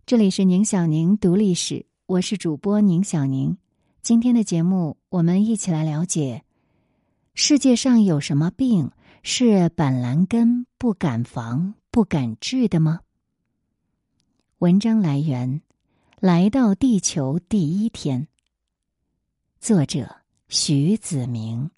这里是宁小宁读历史，我是主播宁小宁。今天的节目，我们一起来了解世界上有什么病是板蓝根不敢防、不敢治的吗？文章来源：来到地球第一天，作者徐子明。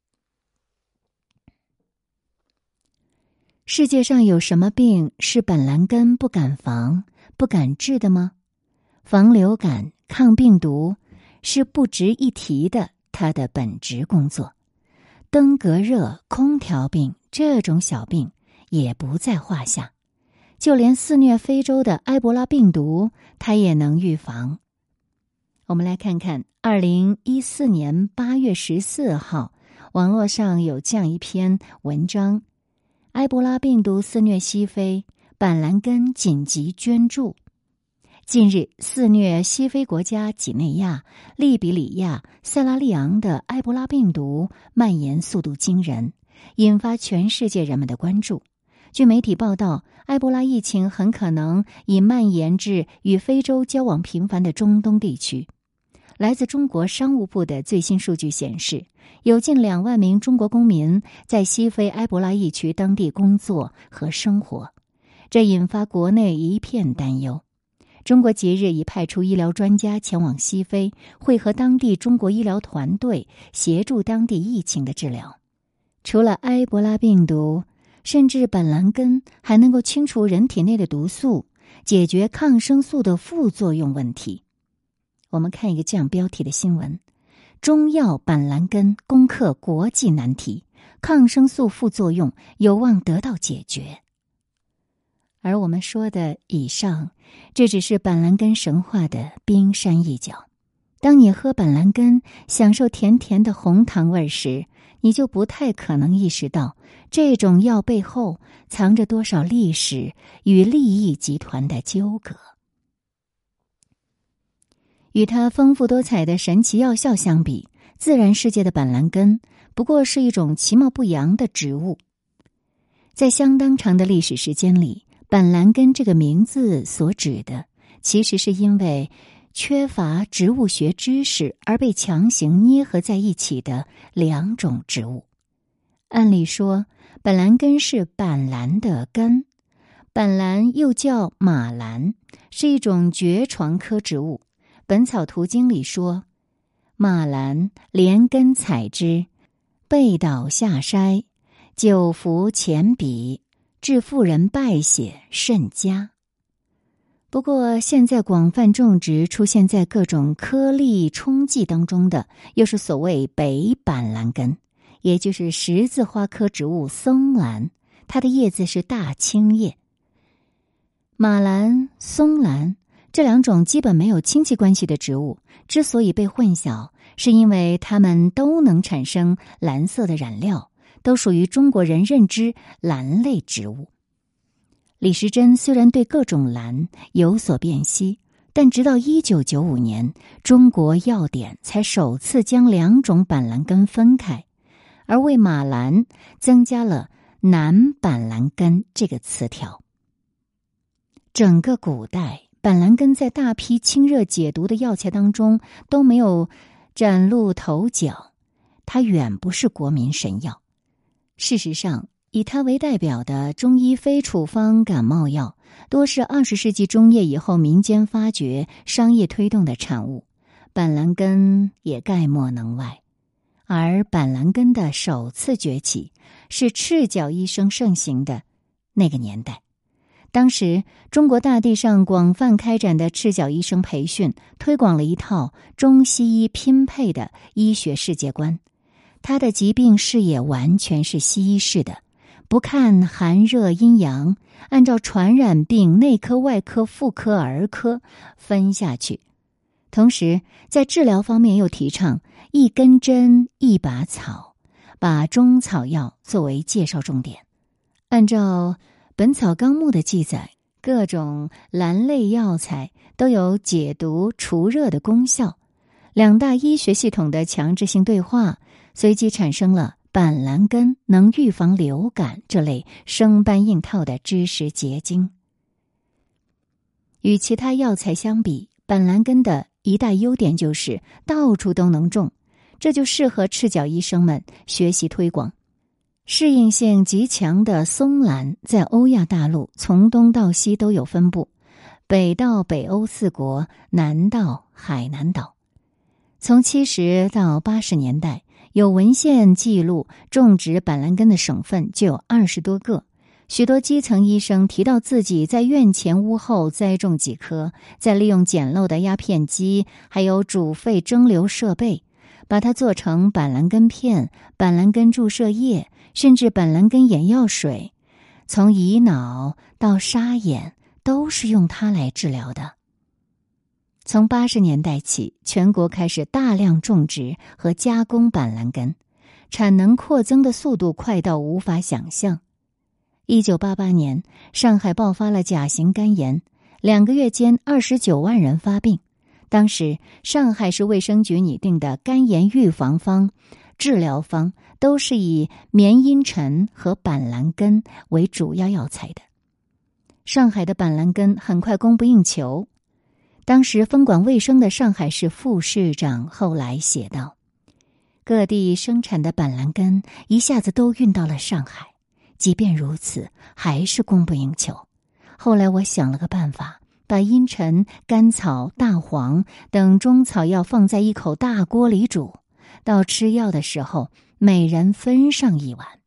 世界上有什么病是板蓝根不敢防、不敢治的吗？防流感、抗病毒是不值一提的，它的本职工作。登革热、空调病这种小病也不在话下，就连肆虐非洲的埃博拉病毒，它也能预防。我们来看看2014年8月14号，网络上有这样一篇文章：埃博拉病毒肆虐西非，板蓝根紧急捐助。近日，肆虐西非国家几内亚、利比里亚、塞拉利昂的埃博拉病毒蔓延速度惊人，引发全世界人们的关注。据媒体报道，埃博拉疫情很可能已蔓延至与非洲交往频繁的中东地区。来自中国商务部的最新数据显示，有近2万名中国公民在西非埃博拉疫区当地工作和生活，这引发国内一片担忧。中国即日已派出医疗专家前往西非，会和当地中国医疗团队协助当地疫情的治疗。除了埃博拉病毒，甚至板蓝根还能够清除人体内的毒素，解决抗生素的副作用问题。我们看一个这样标题的新闻：中药板蓝根攻克国际难题，抗生素副作用有望得到解决。而我们说的以上，这只是板蓝根神话的冰山一角。当你喝板蓝根享受甜甜的红糖味时，你就不太可能意识到这种药背后藏着多少历史与利益集团的纠葛。与它丰富多彩的神奇药效相比，自然世界的板蓝根不过是一种其貌不扬的植物。在相当长的历史时间里，板蓝根这个名字所指的，其实是因为缺乏植物学知识而被强行捏合在一起的2种植物。按理说，板蓝根是板蓝的根，板蓝又叫马蓝，是一种蕨床科植物。本草图经里说，马蓝连根采之，背倒下筛，久服前笔，致妇人败血甚佳。不过现在广泛种植出现在各种颗粒冲剂当中的，又是所谓北板蓝根，也就是十字花科植物松兰，它的叶子是大青叶。马兰、松兰这2种基本没有亲戚关系的植物，之所以被混淆，是因为它们都能产生蓝色的染料，都属于中国人认知兰类植物。李时珍虽然对各种兰有所辨析，但直到1995年，中国药典才首次将2种板蓝根分开，而为马兰增加了南板蓝根这个词条。整个古代，板蓝根在大批清热解毒的药材当中都没有崭露头角，它远不是国民神药。事实上，以它为代表的中医非处方感冒药，多是20世纪中叶以后民间发掘、商业推动的产物，板蓝根也概莫能外。而板蓝根的首次崛起，是赤脚医生盛行的那个年代。当时，中国大地上广泛开展的赤脚医生培训，推广了一套中西医拼配的医学世界观。他的疾病视野完全是西医式的，不看寒热阴阳，按照传染病内科、外科、妇科、儿科分下去。同时，在治疗方面又提倡一根针一把草，把中草药作为介绍重点。按照本草纲目的记载，各种兰类药材都有解毒除热的功效。2大医学系统的强制性对话，随即产生了板蓝根能预防流感这类生搬硬套的知识结晶。 与其他药材相比，板蓝根的一大优点就是到处都能种，这就适合赤脚医生们学习推广。适应性极强的松兰在欧亚大陆从东到西都有分布，北到北欧4国，南到海南岛。从70到80年代，有文献记录种植板蓝根的省份就有20多个。许多基层医生提到自己在院前屋后栽种几棵，再利用简陋的压片机还有煮沸蒸馏设备，把它做成板蓝根片、板蓝根注射液，甚至板蓝根眼药水，从乙脑到沙眼都是用它来治疗的。从80年代起，全国开始大量种植和加工板蓝根，产能扩增的速度快到无法想象。1988年，上海爆发了甲型肝炎，2个月间29万人发病。当时，上海市卫生局拟定的肝炎预防方、治疗方都是以棉茵陈和板蓝根为主要药材的。上海的板蓝根很快供不应求。当时分管卫生的上海市副市长后来写道：各地生产的板蓝根一下子都运到了上海。即便如此，还是供不应求。后来我想了个办法，把茵陈、甘草、大黄等中草药放在一口大锅里煮，到吃药的时候，每人分上1碗。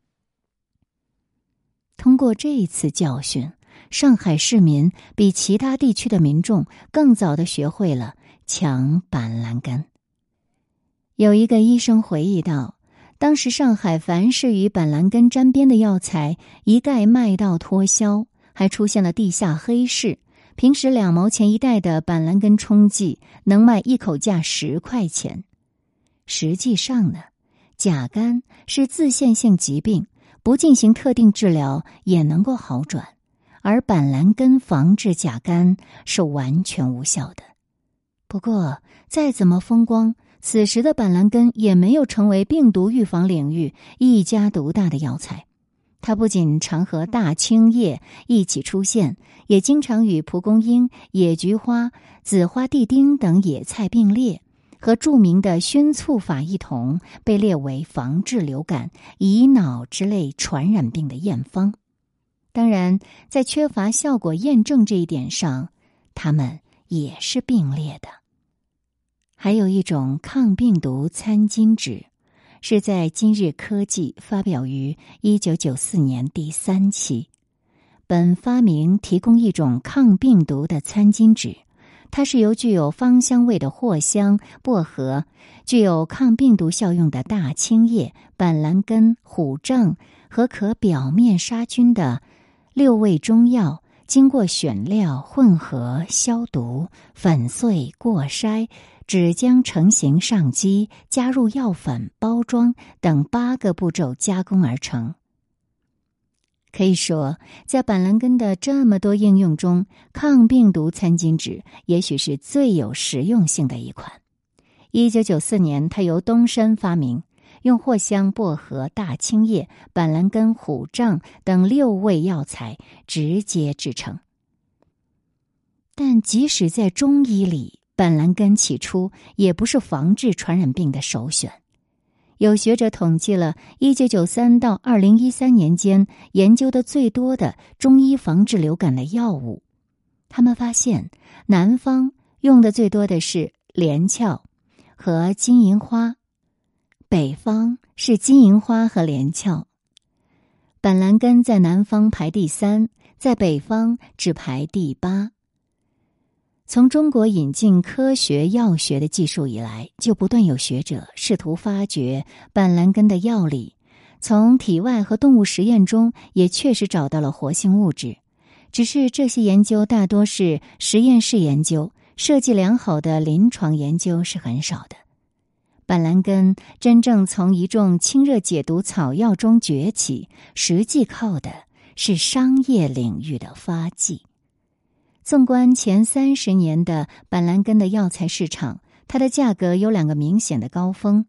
通过这一次教训，上海市民比其他地区的民众更早地学会了抢板蓝根。有一个医生回忆道，当时上海凡是与板蓝根沾边的药材一概卖到脱销，还出现了地下黑市，平时2毛钱一袋的板蓝根冲剂能卖一口价10块钱。实际上呢，甲肝是自限性疾病，不进行特定治疗也能够好转，而板蓝根防治甲肝是完全无效的。不过再怎么风光，此时的板蓝根也没有成为病毒预防领域一家独大的药材。它不仅常和大青叶一起出现，也经常与蒲公英、野菊花、紫花地丁等野菜并列，和著名的熏醋法一同被列为防治流感、乙脑之类传染病的验方。当然，在缺乏效果验证这一点上，它们也是并列的。还有一种抗病毒餐巾纸，是在今日科技发表于1994年第3期。本发明提供一种抗病毒的餐巾纸，它是由具有芳香味的藿香、薄荷、具有抗病毒效用的大青叶、板蓝根、虎杖和可表面杀菌的6味中药，经过选料、混合、消毒、粉碎、过筛、纸浆成型上机、加入药粉、包装等8个步骤加工而成。可以说，在板蓝根的这么多应用中，抗病毒餐巾纸也许是最有实用性的一款。1994年，它由东山发明，用藿香、薄荷、大青叶、板蓝根、虎杖等6味药材直接制成。但即使在中医里，板蓝根起初也不是防治传染病的首选。有学者统计了1993到2013年间研究的最多的中医防治流感的药物，他们发现南方用的最多的是连翘和金银花，北方是金银花和连翘。板蓝根在南方排第3，在北方只排第8。从中国引进科学药学的技术以来，就不断有学者试图发掘板蓝根的药理。从体外和动物实验中也确实找到了活性物质，只是这些研究大多是实验室研究，设计良好的临床研究是很少的。板蓝根真正从一众清热解毒草药中崛起，实际靠的是商业领域的发迹。纵观前30年的板蓝根的药材市场，它的价格有2个明显的高峰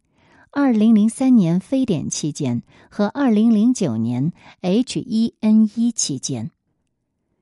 ：2003年非典期间和2009年 H1N1 期间。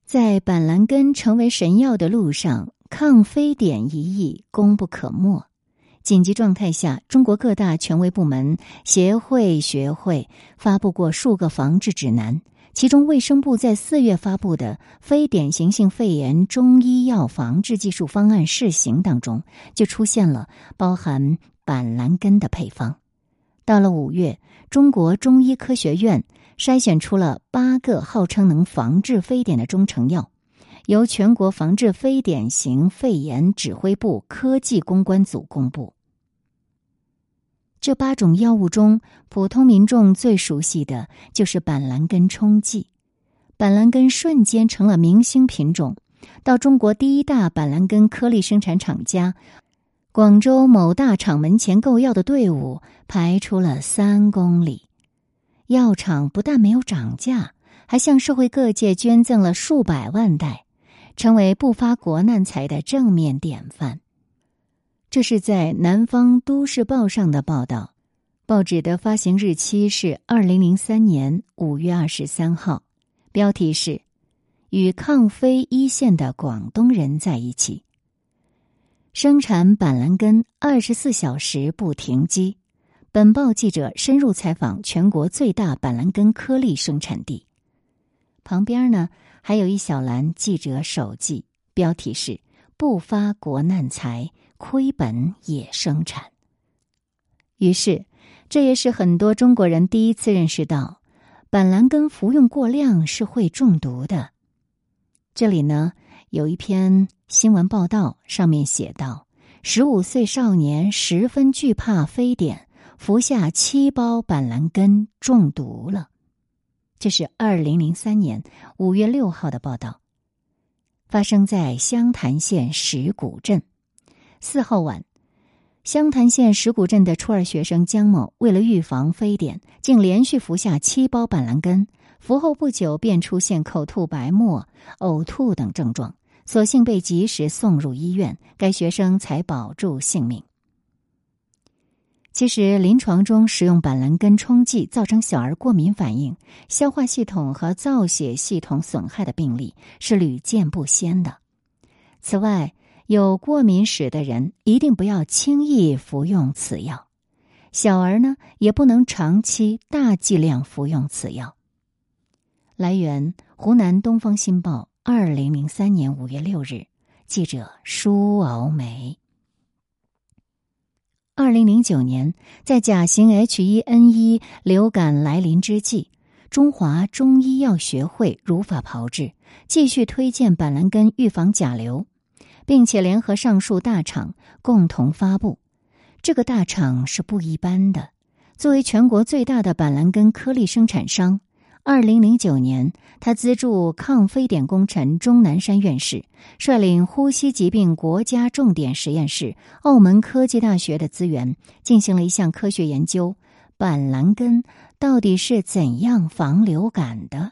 在板蓝根成为神药的路上，抗非典一役功不可没。紧急状态下，中国各大权威部门、协会、学会发布过数个防治指南，其中卫生部在4月发布的非典型性肺炎中医药防治技术方案试行当中，就出现了包含板蓝根的配方。到了5月，中国中医科学院筛选出了8个号称能防治非典的中成药，由全国防治非典型肺炎指挥部科技攻关组公布。这8种药物中，普通民众最熟悉的就是板蓝根冲剂。板蓝根瞬间成了明星品种，到中国第1大板蓝根颗粒生产厂家广州某大厂门前购药的队伍排出了3公里。药厂不但没有涨价，还向社会各界捐赠了数百万袋，成为不发国难财的正面典范。这是在南方都市报上的报道，报纸的发行日期是2003年5月23号，标题是与抗非一线的广东人在一起，生产板蓝根24小时不停机。本报记者深入采访全国最大板蓝根颗粒生产地。旁边呢还有一小栏记者手记，标题是不发国难财，亏本也生产。于是这也是很多中国人第一次认识到板蓝根服用过量是会中毒的。这里呢有一篇新闻报道，上面写道，15岁少年十分惧怕非典，服下7包板蓝根中毒了。这是2003年5月6号的报道，发生在湘潭县石鼓镇。4号晚，湘潭县石鼓镇的初2学生江某为了预防非典，竟连续服下7包板蓝根，服后不久便出现口吐白沫、呕吐等症状，所幸被及时送入医院，该学生才保住性命。其实临床中使用板蓝根冲剂造成小儿过敏反应、消化系统和造血系统损害的病例是屡见不鲜的。此外，有过敏史的人一定不要轻易服用此药，小儿呢也不能长期大剂量服用此药。来源：湖南东方新报，2003年5月6日，记者舒敖梅。2009年，在甲型 H1N1 流感来临之际，中华中医药学会如法炮制，继续推荐板蓝根预防甲流，并且联合上述大厂共同发布。这个大厂是不一般的，作为全国最大的板蓝根颗粒生产商，2009年，他资助抗非典功臣钟南山院士，率领呼吸疾病国家重点实验室、澳门科技大学的资源，进行了一项科学研究：板蓝根到底是怎样防流感的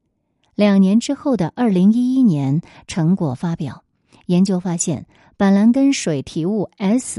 ？2年之后的2011年，成果发表，研究发现，板蓝根水提物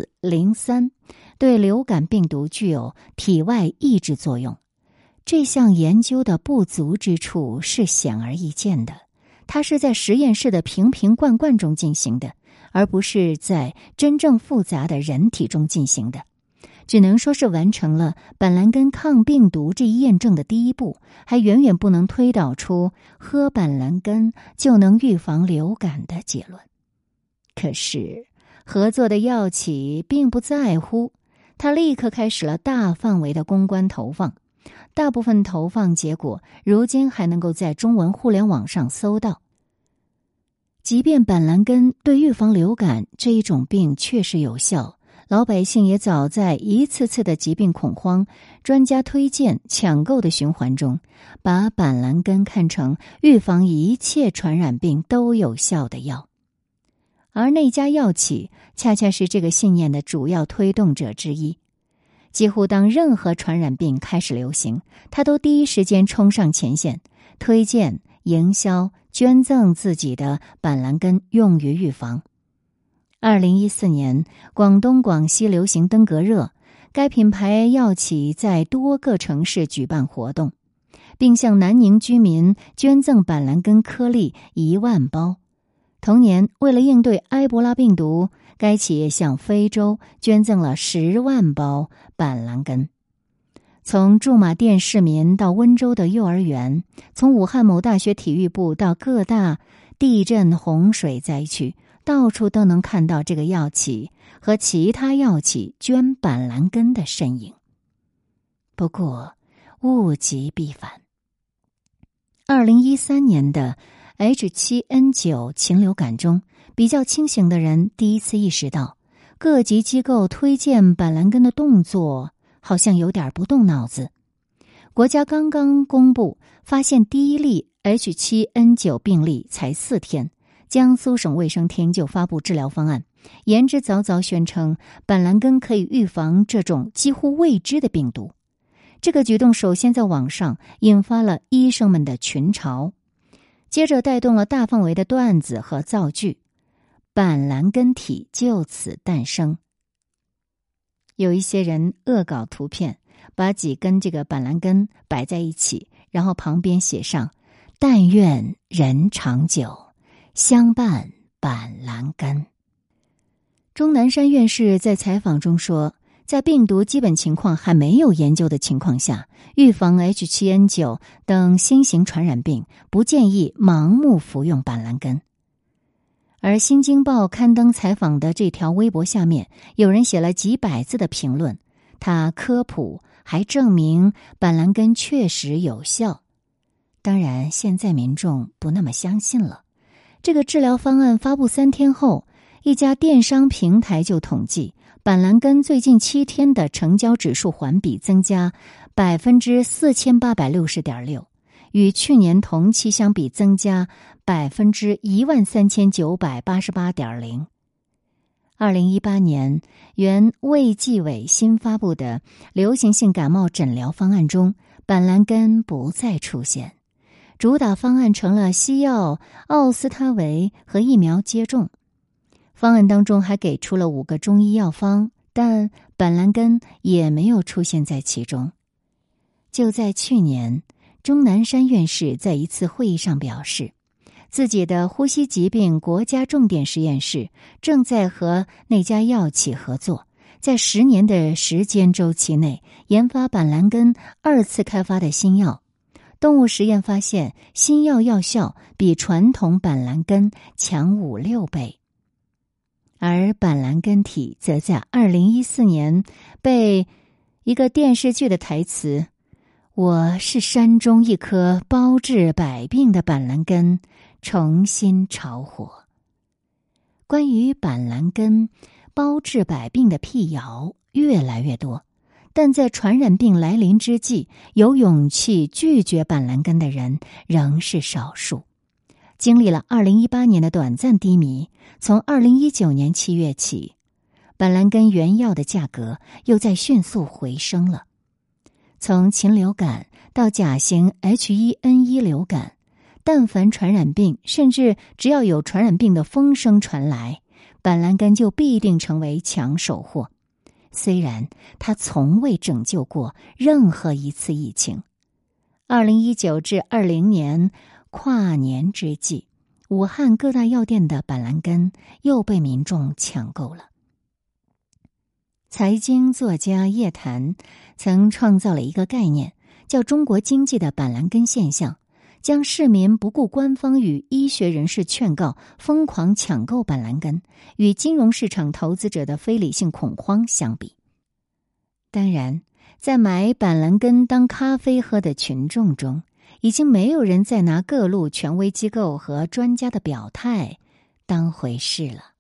S03 对流感病毒具有体外抑制作用。这项研究的不足之处是显而易见的，它是在实验室的瓶瓶罐罐中进行的，而不是在真正复杂的人体中进行的，只能说是完成了板蓝根抗病毒这一验证的第一步，还远远不能推导出喝板蓝根就能预防流感的结论。可是合作的药企并不在乎，他立刻开始了大范围的公关投放，大部分投放结果如今还能够在中文互联网上搜到。即便板蓝根对预防流感这一种病确实有效，老百姓也早在一次次的疾病恐慌、专家推荐、抢购的循环中，把板蓝根看成预防一切传染病都有效的药。而那家药企恰恰是这个信念的主要推动者之一。几乎当任何传染病开始流行，他都第一时间冲上前线，推荐、营销、捐赠自己的板蓝根用于预防。2014年，广东、广西流行登革热，该品牌药企在多个城市举办活动， 并向南宁居民捐赠板蓝根颗粒1万包。同年，为了应对埃博拉病毒，该企业向非洲捐赠了10万包板蓝根。从驻马店市民到温州的幼儿园，从武汉某大学体育部到各大地震洪水灾区，到处都能看到这个药企和其他药企捐板蓝根的身影。不过物极必反，2013年的 H7N9 禽流感中，比较清醒的人第一次意识到，各级机构推荐板蓝根的动作好像有点不动脑子。国家刚刚公布发现第一例 H7N9 病例才4天，江苏省卫生厅就发布治疗方案，言之凿凿宣称板蓝根可以预防这种几乎未知的病毒。这个举动首先在网上引发了医生们的群嘲，接着带动了大范围的段子和造句，板蓝根体就此诞生。有一些人恶搞图片，把几根这个板蓝根摆在一起，然后旁边写上但愿人长久，相伴板蓝根。钟南山院士在采访中说，在病毒基本情况还没有研究的情况下，预防 H7N9 等新型传染病，不建议盲目服用板蓝根。而《新京报》刊登采访的这条微博下面，有人写了几百字的评论，他科普还证明板蓝根确实有效。当然，现在民众不那么相信了。这个治疗方案发布3天后，一家电商平台就统计，板蓝根最近7天的成交指数环比增加 4860.6%， 与去年同期相比增加 13988.0%。2018年，原卫计委新发布的流行性感冒诊疗方案中，板蓝根不再出现，主打方案成了西药奥司他韦和疫苗接种。方案当中还给出了5个中医药方，但板蓝根也没有出现在其中。就在去年，钟南山院士在一次会议上表示，自己的呼吸疾病国家重点实验室正在和那家药企合作，在10年的时间周期内研发板蓝根2次开发的新药。动物实验发现，新药药效比传统板蓝根强5-6倍。而板蓝根体则在2014年被一个电视剧的台词“我是山中一棵包治百病的板蓝根”重新炒火。关于板蓝根包治百病的辟谣越来越多，但在传染病来临之际，有勇气拒绝板蓝根的人仍是少数。经历了2018年的短暂低迷，从2019年7月起，板蓝根原药的价格又在迅速回升了。从禽流感到甲型 H1N1 流感，但凡传染病，甚至只要有传染病的风声传来，板蓝根就必定成为抢手货。虽然它从未拯救过任何一次疫情。2019至20年跨年之际，武汉各大药店的板蓝根又被民众抢购了。财经作家叶檀曾创造了一个概念，叫中国经济的板蓝根现象，将市民不顾官方与医学人士劝告疯狂抢购板蓝根，与金融市场投资者的非理性恐慌相比。当然，在买板蓝根当咖啡喝的群众中，已经没有人再拿各路权威机构和专家的表态当回事了。